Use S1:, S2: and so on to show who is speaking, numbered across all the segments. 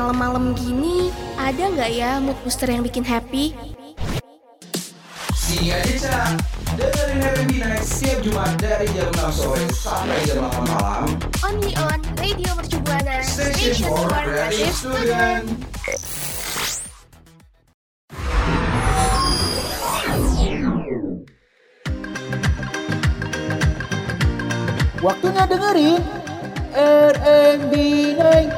S1: malam-malam gini, ada nggak ya mood booster yang bikin happy?
S2: Sini aja Cak, dengerin R&B Night setiap Jumat dari jam 6 sore sampai jam 8 malam.
S1: Only on Radio Mercu Buana,
S2: Station for Creative Student.
S3: Waktunya dengerin R&B Night.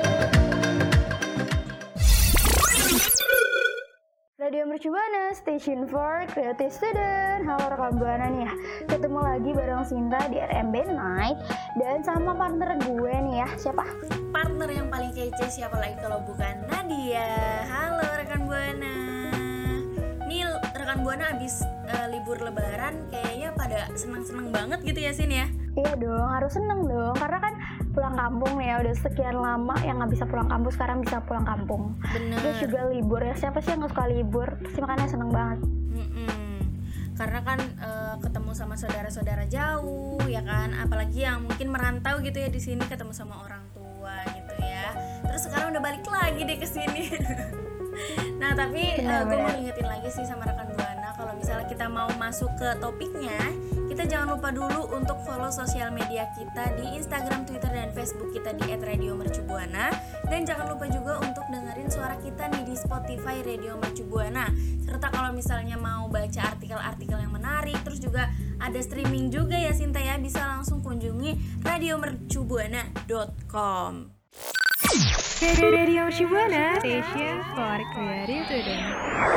S4: Radio Mercu Buana, Station for Creative Student. Halo rekan Buana nih ya, ketemu lagi bareng Sinta di R&B Night. Dan sama partner gue nih ya, siapa?
S5: Partner yang paling kece siapa lagi kalau bukan Nadia. Halo rekan Buana. Nih rekan Buana abis libur lebaran kayaknya pada seneng-seneng banget gitu ya Sin ya.
S4: Iya dong, harus seneng dong, karena kan pulang kampung nih ya, udah sekian lama yang nggak bisa pulang kampung, sekarang bisa pulang kampung.
S5: Bener.
S4: Terus juga libur ya, siapa sih yang nggak suka libur? Pasti makanya seneng banget.
S5: Karena kan ketemu sama saudara-saudara jauh ya kan, apalagi yang mungkin merantau gitu ya di sini, ketemu sama orang tua gitu ya. Terus sekarang udah balik lagi deh ke sini. Nah tapi gue mau ingetin lagi sih sama rekan Buana, kalau misalnya kita mau masuk ke topiknya, kita jangan lupa dulu untuk follow sosial media kita di Instagram, Twitter, dan Facebook kita di @radiomercubuana. Dan jangan lupa juga untuk dengerin suara kita nih di Spotify Radio Mercu Buana. Serta kalau misalnya mau baca artikel-artikel yang menarik, terus juga ada streaming juga ya Sinta ya, bisa langsung kunjungi radiomercubuana.com.
S6: Radio Mercu Buana, Station for Creative Student.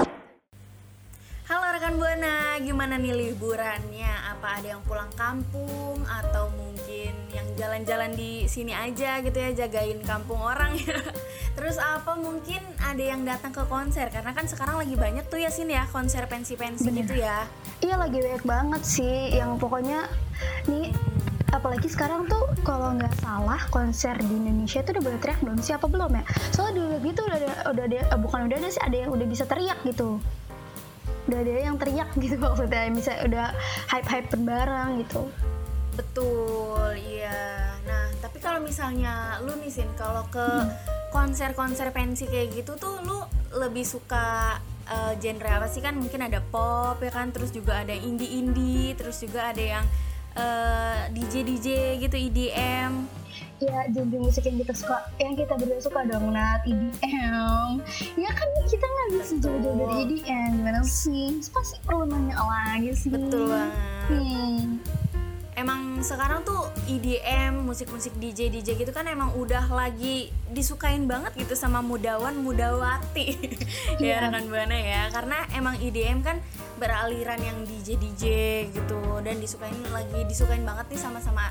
S5: Halo rekan Buana, gimana nih liburannya? Apa ada yang pulang kampung atau mungkin yang jalan-jalan di sini aja gitu ya, jagain kampung orang ya? Terus apa mungkin ada yang datang ke konser, karena kan sekarang lagi banyak tuh ya Sin ya, konser pensi-pensi gitu ya.
S4: Iya lagi banyak banget sih, yang pokoknya nih apalagi sekarang tuh kalau nggak salah konser di Indonesia tuh udah boleh teriak belum sih, apa belum ya? Soalnya dulu gitu udah ada sih, ada yang udah bisa teriak gitu. Udah ada yang teriak gitu maksudnya, bisa udah hype bareng gitu.
S5: Betul, iya. Nah, tapi kalau misalnya lu nih Sin, kalau ke konser-konser pensi kayak gitu tuh lu lebih suka genre apa sih? Kan mungkin ada pop ya kan, terus juga ada indie, terus juga ada yang DJ gitu, EDM.
S4: Ya genre musik yang kita suka, yang kita berdua suka dong, Nat, EDM. Ya kan kita nggak bisa jauh-jauh dari EDM, gimana sih? Pasti perlu nanya lagi sih.
S5: Betul banget. Emang sekarang tuh EDM, musik-musik DJ gitu kan emang udah lagi disukain banget gitu sama mudawati. Ya rekan Buana ya, karena emang EDM kan beraliran yang DJ gitu, dan disukain banget nih sama-sama,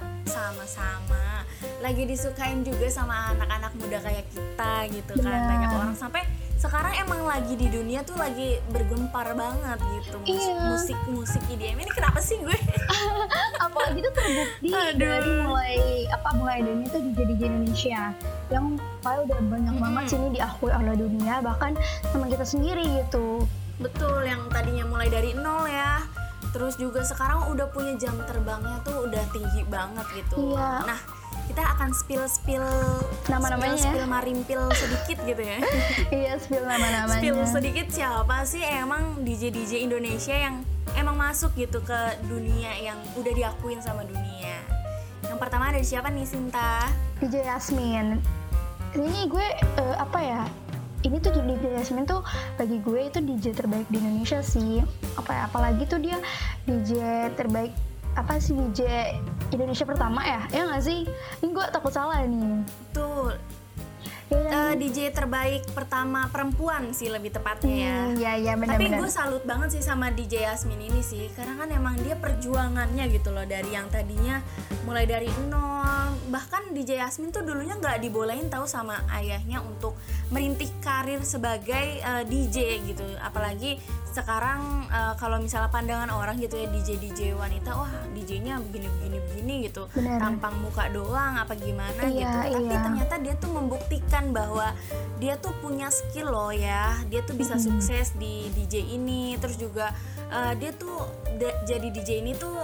S5: lagi disukain juga sama anak-anak muda kayak kita gitu kan. Banyak orang sampai sekarang emang lagi di dunia tuh lagi bergempar banget gitu musik EDM ini. Kenapa sih gue?
S4: Apalagi tuh terbukti dari mulai dunia tuh DJ Indonesia yang udah banyak banget sini diakui oleh dunia, bahkan sama kita sendiri gitu.
S5: Betul, yang tadinya mulai dari nol ya, terus juga sekarang udah punya jam terbangnya tuh udah tinggi banget gitu.
S4: Iya.
S5: Nah, kita akan spill
S4: nama-namanya,
S5: spill marimpil sedikit gitu ya.
S4: Iya, spill nama-namanya.
S5: Spill sedikit siapa sih emang DJ Indonesia yang emang masuk gitu ke dunia, yang udah diakuin sama dunia. Yang pertama ada siapa nih Sinta?
S4: DJ Yasmin. Ini gue ini tuh DJ Yasmin tuh bagi gue itu DJ terbaik di Indonesia sih. Apalagi tuh dia DJ terbaik DJ Indonesia pertama ya nggak sih? Ini gue takut salah nih.
S5: Betul. DJ terbaik pertama perempuan sih lebih tepatnya ya.
S4: Iya benar.
S5: Tapi gue salut banget sih sama DJ Yasmin ini sih, karena kan emang dia perjuangannya gitu loh, dari yang tadinya mulai dari nol. Bahkan DJ Yasmin tuh dulunya nggak dibolehin tahu sama ayahnya untuk merintis karir sebagai DJ gitu. Apalagi sekarang kalau misalnya pandangan orang gitu ya, DJ wanita, wah DJ-nya begini gitu.
S4: Bener.
S5: Tampang muka doang apa gimana gitu. Tapi
S4: Iya.
S5: ternyata dia tuh membuktikan bahwa dia tuh punya skill loh ya. Dia tuh bisa sukses di DJ ini. Terus juga dia tuh jadi DJ ini tuh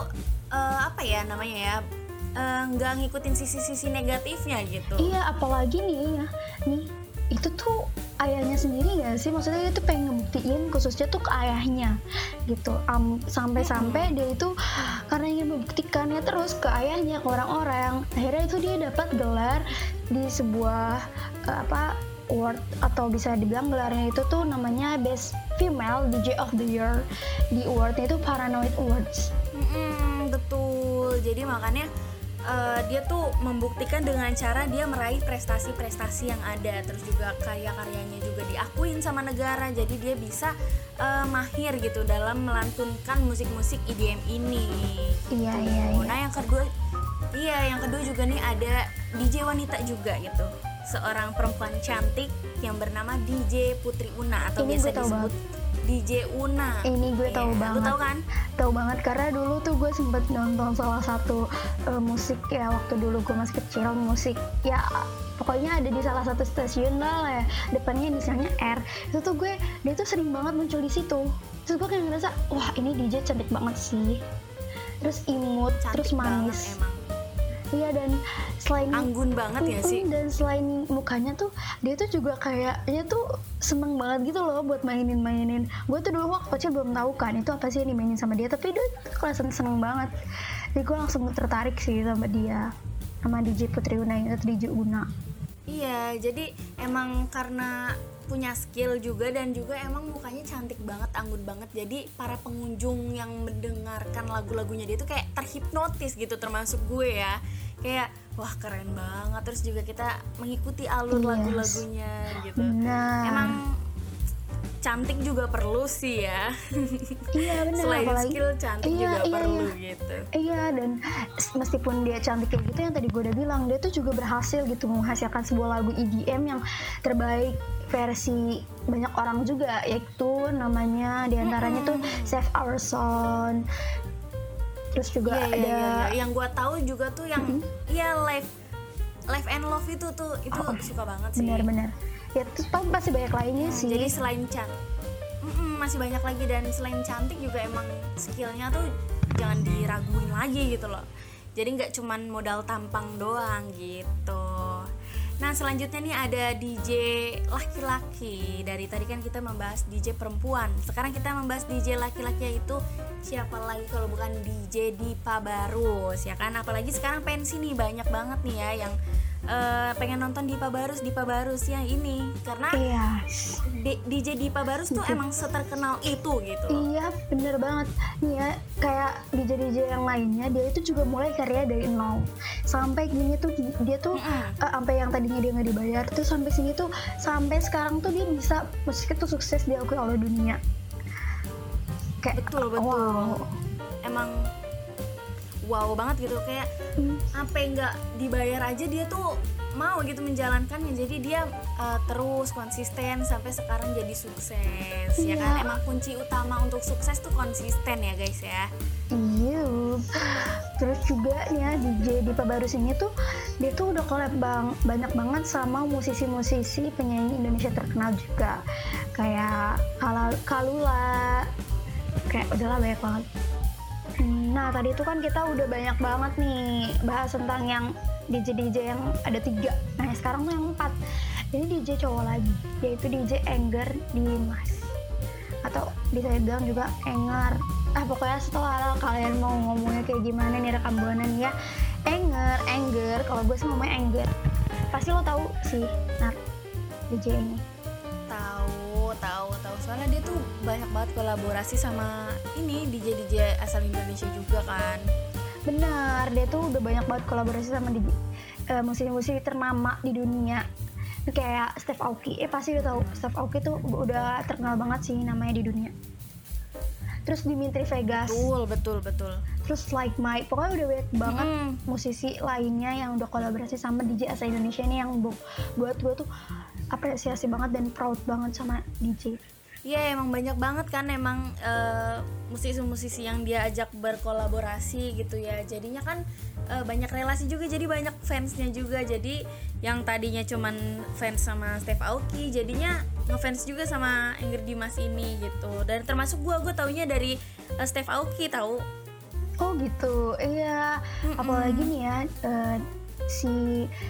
S5: nggak ngikutin sisi-sisi negatifnya gitu.
S4: Iya, apalagi nih itu tuh ayahnya sendiri gak sih? Maksudnya dia tuh pengen ngebuktiin khususnya tuh ke ayahnya gitu. Sampai-sampai dia itu karena ingin membuktikannya terus ke ayahnya, ke orang-orang, akhirnya itu dia dapat gelar di sebuah award, atau bisa dibilang gelarnya itu tuh namanya Best Female DJ of the Year di awardnya itu Paranoid Awards.
S5: Betul. Jadi makanya dia tuh membuktikan dengan cara dia meraih prestasi-prestasi yang ada, terus juga karya-karyanya juga diakuin sama negara, jadi dia bisa mahir gitu dalam melantunkan musik-musik EDM ini.
S4: Iya.
S5: Nah yang kedua juga nih ada DJ wanita juga gitu, seorang perempuan cantik yang bernama DJ Putri Una atau
S4: ini
S5: biasa disebut DJ Una.
S4: Ini gue tahu banget.
S5: Lu tahu kan?
S4: Tahu banget karena dulu tuh gue sempet nonton salah satu musik ya, waktu dulu gue masih kecil, musik ya pokoknya ada di salah satu stasiun lah ya, depannya misalnya R. Itu tuh dia tuh sering banget muncul di situ. Terus gue kayak ngerasa, wah ini DJ cantik banget sih. Terus imut,
S5: Cantik
S4: terus manis.
S5: emang.
S4: Iya, dan selain
S5: Anggun banget ya sih.
S4: Dan selain mukanya tuh dia tuh juga kayak dia tuh seneng banget gitu loh buat mainin. Gue tuh dulu waktu kecil belum tahu kan itu apa sih yang dimainin sama dia, tapi dia kelihatan seneng banget. Jadi gue langsung tertarik sih sama dia, sama DJ Putri Una itu, DJ Una.
S5: Iya, jadi emang karena punya skill juga dan juga emang mukanya cantik banget, anggun banget. Jadi para pengunjung yang mendengarkan lagu-lagunya dia tuh kayak terhipnotis gitu, termasuk gue ya. Kayak wah keren banget. Terus juga kita mengikuti alur lagu-lagunya gitu.
S4: Benar.
S5: Emang cantik juga perlu sih ya.
S4: Iya benar.
S5: Selain skill cantik juga perlu gitu.
S4: Iya, dan meskipun dia cantik kayak gitu yang tadi gue udah bilang, dia tuh juga berhasil gitu menghasilkan sebuah lagu EDM yang terbaik versi banyak orang juga, yaitu namanya diantaranya tuh Save Our Soul. Terus juga ada
S5: yang gue tahu juga tuh yang Live and Love itu suka banget sih.
S4: Benar-benar. Ya terus pasti banyak lainnya sih.
S5: Jadi selain masih banyak lagi, dan selain cantik juga emang skillnya tuh jangan diraguin lagi gitu loh. Jadi nggak cuman modal tampang doang gitu. Nah selanjutnya nih ada DJ laki-laki. Dari tadi kan kita membahas DJ perempuan, sekarang kita membahas DJ laki-laki, yaitu siapa lagi kalau bukan DJ Dipa Barus ya kan. Apalagi sekarang pensi nih, banyak banget nih ya yang pengen nonton Dipa Barus yang ini, karena DJ Dipa Barus tuh emang seterkenal itu gitu.
S4: Iya bener banget nih ya, kayak DJ yang lainnya dia itu juga mulai karya dari nol sampai gini tuh dia tuh sampai yang tadinya dia nggak dibayar tuh sampai sini tuh, sampai sekarang tuh dia bisa musiknya tuh sukses diakui oleh dunia. Kayak
S5: betul
S4: wow.
S5: Emang wow banget gitu, kayak sampai nggak dibayar aja dia tuh mau gitu menjalankannya. Jadi dia terus konsisten sampai sekarang jadi sukses ya kan. Emang kunci utama untuk sukses tuh konsisten ya guys ya.
S4: Iya. Terus juga ya DJ Dipa Barus ini tuh dia tuh udah collab banyak banget sama musisi-musisi penyanyi Indonesia terkenal juga, kayak Kalula, kayak udahlah banyak banget. Nah tadi itu kan kita udah banyak banget nih bahas tentang yang DJ yang ada 3. Nah sekarang tuh yang 4. Ini DJ cowok lagi, yaitu DJ Engger Dimas, atau bisa dibilang juga Enger. Pokoknya setelah kalian mau ngomongnya kayak gimana nih rekam buanan ya. Engger, kalau gue sih ngomongnya Engger. Pasti lo tahu sih, DJ ini.
S5: Tahu. Soalnya dia tuh banyak banget kolaborasi sama ini DJ asal Indonesia juga kan.
S4: Benar, dia tuh udah banyak banget kolaborasi sama musisi-musisi ternama di dunia. Kayak Steve Aoki, pasti udah tahu Steve Aoki tuh udah terkenal banget sih namanya di dunia. Terus Dimitri Vegas.
S5: Betul.
S4: Terus Like Mike, pokoknya udah banyak banget musisi lainnya yang udah kolaborasi sama DJ asal Indonesia ini, yang buat gue tuh apresiasi banget dan proud banget sama DJ.
S5: Iya emang banyak banget kan emang musisi-musisi yang dia ajak berkolaborasi gitu ya. Jadinya kan banyak relasi juga, jadi banyak fansnya juga. Jadi yang tadinya cuman fans sama Steve Aoki jadinya ngefans juga sama Engger Dimas ini gitu. Dan termasuk gue taunya dari Steve Aoki tahu. Oh
S4: gitu, iya. Apalagi nih ya si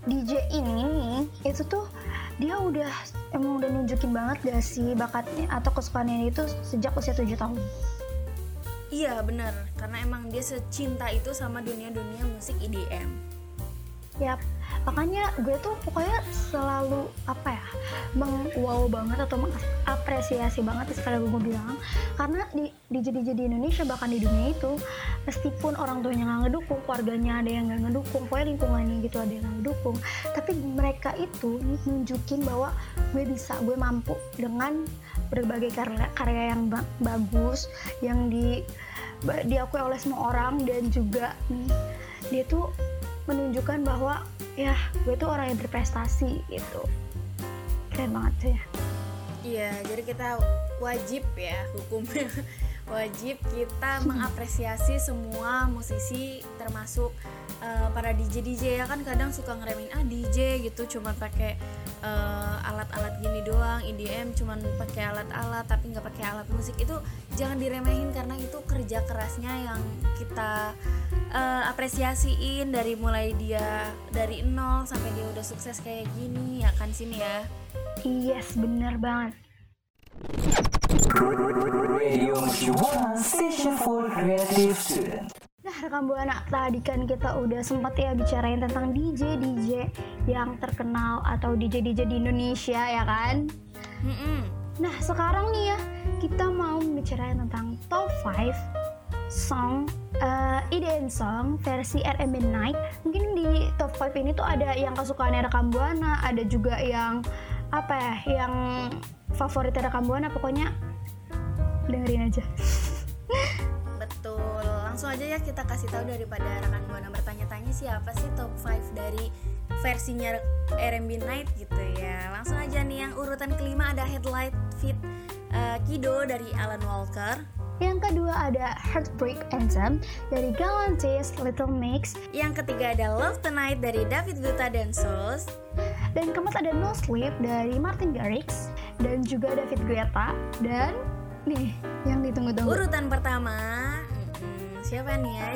S4: DJ ini nih itu tuh dia emang udah nunjukin banget gak sih bakatnya atau kesukaannya itu sejak usia 7 tahun.
S5: Iya benar, karena emang dia secinta itu sama dunia musik EDM.
S4: Yap, makanya gue tuh pokoknya selalu wow banget atau mengapresiasi banget sekali gue bilang, karena di DJ di Indonesia bahkan di dunia itu meskipun orang tuanya nggak ngedukung, keluarganya ada yang nggak ngedukung, pokoknya lingkungannya gitu ada yang nggak ngedukung, tapi mereka itu nunjukin bahwa gue mampu dengan berbagai karya yang bagus yang diakui oleh semua orang, dan juga nih dia tuh menunjukkan bahwa ya gue tuh orang yang berprestasi gitu. Keren banget sih ya.
S5: Iya, jadi kita wajib ya hukumnya wajib kita mengapresiasi semua musisi, termasuk para DJ ya kan kadang suka ngeremehin DJ gitu cuma pakai alat-alat gini doang, EDM cuman pakai alat-alat tapi nggak pakai alat musik. Itu jangan diremehin karena itu kerja kerasnya yang kita apresiasiin dari mulai dia dari nol sampai dia udah sukses kayak gini ya kan sini ya.
S4: Yes, bener banget. Nah, rekam Buana, tadi kan kita udah sempat ya bicarain tentang DJ yang terkenal atau DJ di Indonesia ya kan. Nah, sekarang nih ya kita mau bicarain tentang top 5 song EDM song versi R&B Night. Mungkin di top 5 ini tuh ada yang kesukaannya rekam Buana, ada juga yang yang favorit rekam Buana, pokoknya dengerin aja.
S5: Betul, langsung aja ya kita kasih tahu daripada rekan Buana bertanya-tanya siapa sih top 5 dari versinya R&B Night gitu ya. Langsung aja nih, yang urutan kelima ada Headlight feat Kido dari Alan Walker.
S4: Yang kedua ada Heartbreak Anthem dari Galantis Little Mix.
S5: Yang ketiga ada Love Tonight dari David Guetta dan Sos.
S4: Dan keempat ada No Sleep dari Martin Garrix dan juga David Guetta. Dan nih yang ditunggu-tunggu,
S5: urutan pertama siapa nih ya?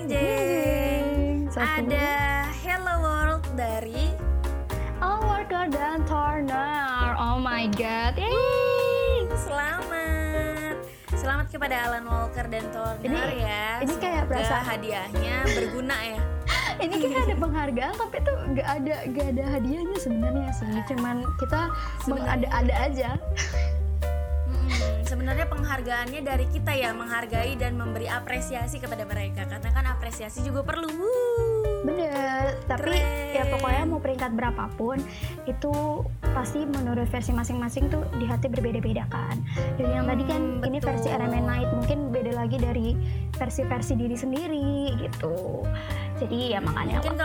S5: Jeng. Ada Hello World dari
S4: Alan Walker dan Turner. Oh my god, yay!
S5: Selamat kepada Alan Walker dan Turner ya.
S4: Ini kayak berasa
S5: hadiahnya berguna ya.
S4: Ini kita ada penghargaan tapi tuh gak ada hadiahnya sebenarnya sih. Cuman kita mengada-ada aja.
S5: Sebenarnya penghargaannya dari kita ya, menghargai dan memberi apresiasi kepada mereka, karena kan apresiasi juga perlu.
S4: Bener, tapi ya pokoknya mau peringkat berapapun itu pasti menurut versi masing-masing tuh di hati berbeda-beda kan. Dan yang tadi kan ini versi R&B Night, mungkin beda lagi dari versi diri sendiri gitu. Jadi ya makanya
S5: mungkin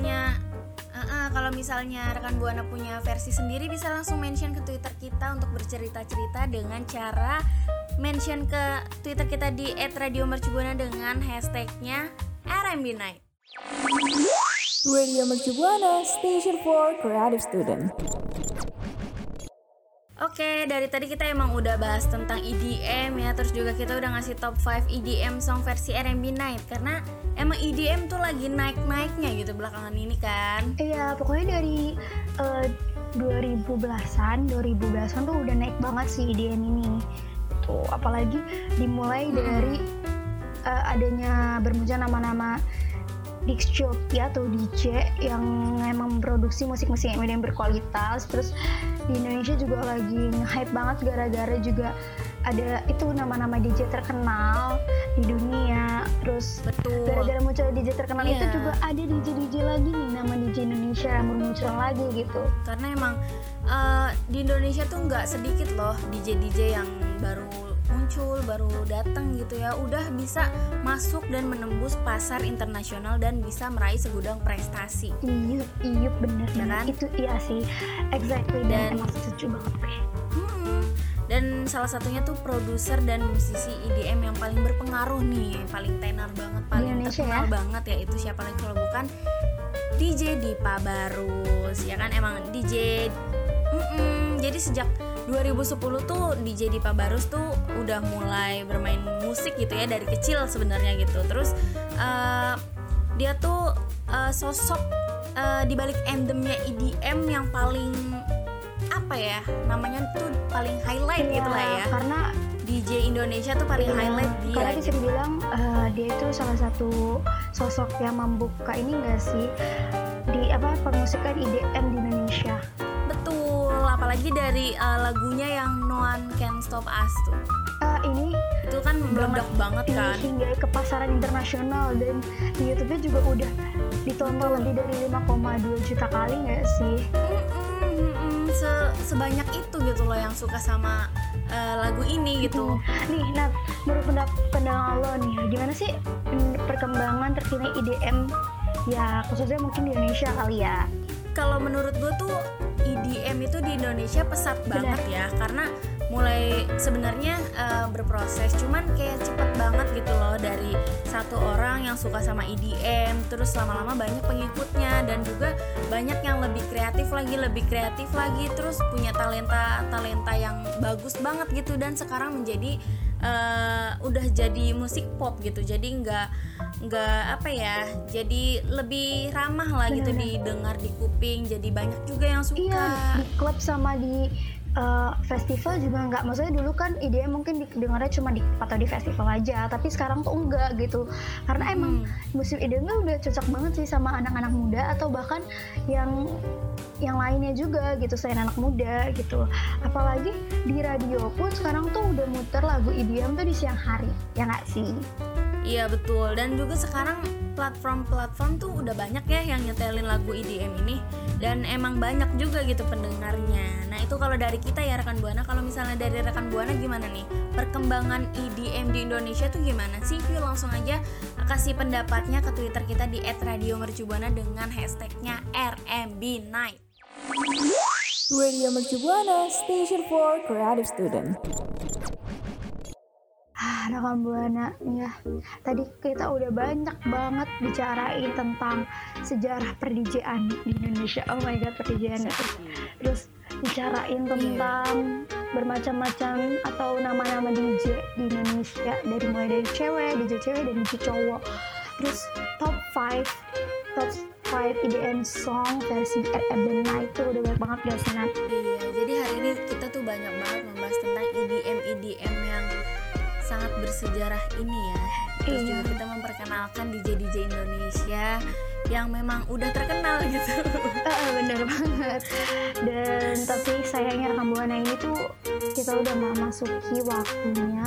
S5: kalau misalnya rekan Buana punya versi sendiri bisa langsung mention ke Twitter kita untuk bercerita-cerita dengan cara mention ke Twitter kita di @radiomercubuana dengan hashtagnya R&B Night.
S7: Radio Mercubuana, Station for Creative Student.
S5: Oke, dari tadi kita emang udah bahas tentang EDM ya, terus juga kita udah ngasih top 5 EDM song versi R&B Night, karena emang EDM tuh lagi naik-naiknya gitu belakangan ini kan.
S4: Iya, pokoknya dari 2010-an tuh udah naik banget sih EDM ini. Tuh, apalagi dimulai dari adanya bermunculan nama-nama disc jockey atau DJ yang emang memproduksi musik-musik yang berkualitas. Terus di Indonesia juga lagi nge-hype banget gara-gara juga ada itu nama-nama DJ terkenal di dunia. Terus gara-gara muncul DJ terkenal itu juga ada DJ lagi nih, nama DJ Indonesia yang muncul lagi gitu.
S5: Karena emang di Indonesia tuh nggak sedikit loh DJ yang baru muncul, baru datang gitu ya, udah bisa masuk dan menembus pasar internasional dan bisa meraih segudang prestasi.
S4: Iya bener ya kan? Itu iya sih, exactly, dan emang setuju banget gue.
S5: Dan salah satunya tuh produser dan musisi EDM yang paling berpengaruh nih, paling tenar banget, paling terkenal banget ya, itu siapa lagi kalau bukan DJ Dipa Barus ya kan. Emang DJ jadi sejak 2010 tuh DJ Dipa Barus tuh udah mulai bermain musik gitu ya, dari kecil sebenarnya gitu. Terus dia tuh sosok dibalik anthemnya EDM yang paling apa ya namanya tuh paling highlight gitu lah ya,
S4: karena
S5: DJ Indonesia tuh paling highlight dia.
S4: Karena bisa dibilang dia itu salah satu sosok yang membuka ini enggak sih di permusikan EDM di Indonesia.
S5: Betul, apalagi dari lagunya yang No One Can Stop Us tuh.
S4: Ini
S5: itu kan meledak banget kan.
S4: Hingga ke pasaran internasional, dan di YouTube-nya juga udah ditonton lebih dari 5,2 juta kali nggak sih?
S5: Sebanyak itu gitu loh yang suka sama lagu ini gitu.
S4: Nih Nat, menurut pandangan lo nih, gimana sih perkembangan terkini EDM ya khususnya mungkin di Indonesia kali ya?
S5: Kalau menurut gue tuh EDM itu di Indonesia pesat banget ya, karena mulai sebenarnya berproses, cuman kayak cepet banget gitu loh, dari satu orang yang suka sama EDM terus lama-lama banyak pengikutnya, dan juga banyak yang lebih kreatif lagi terus punya talenta yang bagus banget gitu, dan sekarang menjadi udah jadi musik pop gitu, jadi nggak apa ya, jadi lebih ramah lah gitu didengar di kuping, jadi banyak juga yang suka.
S4: Iya, di klub sama di festival juga nggak, maksudnya dulu kan EDM mungkin didengarnya cuma atau di festival aja, tapi sekarang tuh enggak gitu, karena emang musik EDM-nya udah cocok banget sih sama anak-anak muda atau bahkan yang lainnya juga gitu selain anak muda gitu. Apalagi di radio pun sekarang tuh udah muter lagu EDM tuh di siang hari, ya nggak sih?
S5: Iya betul, dan juga sekarang platform tuh udah banyak ya yang nyetelin lagu EDM ini, dan emang banyak juga gitu pendengarnya. Nah itu kalau dari kita ya rekan Buana, kalau misalnya dari rekan Buana gimana nih perkembangan EDM di Indonesia tuh gimana sih? Yuk langsung aja kasih pendapatnya ke Twitter kita di @radiomercubuana dengan hashtagnya RMB Night.
S7: Radio Mercubuana, Station for Creative Student.
S4: Rekan Buana ya, tadi kita udah banyak banget bicarain tentang sejarah per-DJ-an di Indonesia. Oh my god, per-DJ-an itu. Terus bicarain tentang bermacam-macam atau nama-nama DJ di Indonesia, dari mulai dari DJ cewek dan DJ cowok. Terus top 5 EDM song versi RMB Night itu udah banyak banget guys.
S5: Iya, jadi hari ini kita tuh banyak banget membahas tentang EDM yang sangat bersejarah ini ya. Terus juga kita memperkenalkan DJ Indonesia yang memang udah terkenal gitu.
S4: Bener banget. Dan tapi sayangnya rekam Buana ini tuh kita udah memasuki waktunya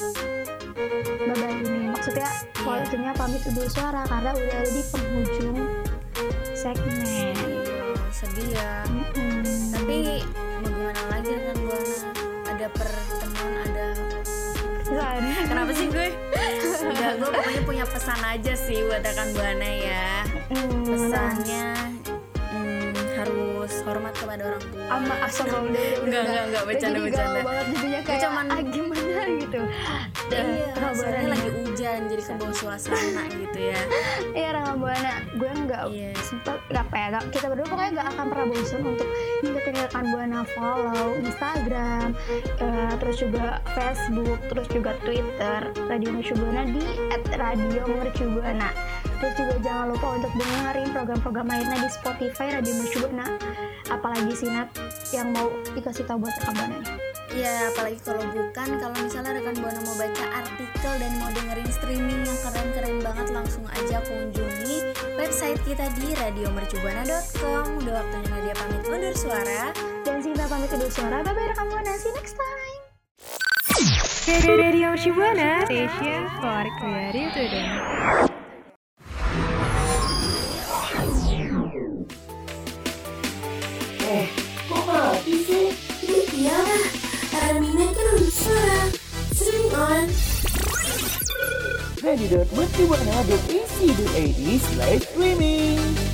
S4: ini. Maksudnya waktunya pamit undur suara karena udah ada di penghujung segmen.
S5: Sedih ya. Tapi mau gimana lagi rekan Buana? Ada pertemuan, ada kenapa sih gue? Enggak, gue pokoknya punya pesan aja sih buat rekan Buana ya. Pesannya harus hormat kepada orang tua. Enggak bercanda.
S4: Galau banget jadinya kayak
S5: cuman
S4: gimana gitu. Dan
S5: sebenarnya lagi hujan jadi kebawa suasana gitu ya.
S4: Iya rekan Buana, gue nggak sempat kita berdua pokoknya nggak akan pernah bosan untuk ngingetin rekan Buana follow Instagram, terus juga Facebook, terus juga Twitter Radio Mercubuana di @radiomercubuana. Terus juga jangan lupa untuk dengerin program-program lainnya di Spotify Radio Mercubuana. Apalagi sih Nat yang mau dikasih tahu buat rekan Buana?
S5: Ya apalagi kalau misalnya rekan Buana mau baca artikel dan mau dengerin streaming yang keren-keren banget, langsung aja kunjungi website kita di radiomercubuana.com. Udah waktunya Nadia pamit undur suara
S4: dan Sinta pamit undur suara. Bye bye rekan Buana, see you next time.
S6: Radio Mercubuana, Station for Creative Student.
S1: Kok mati sih? Ini Tiara. Armina kan udah suara. Streaming on
S3: Radio.mercubuana.ac.id/streaming.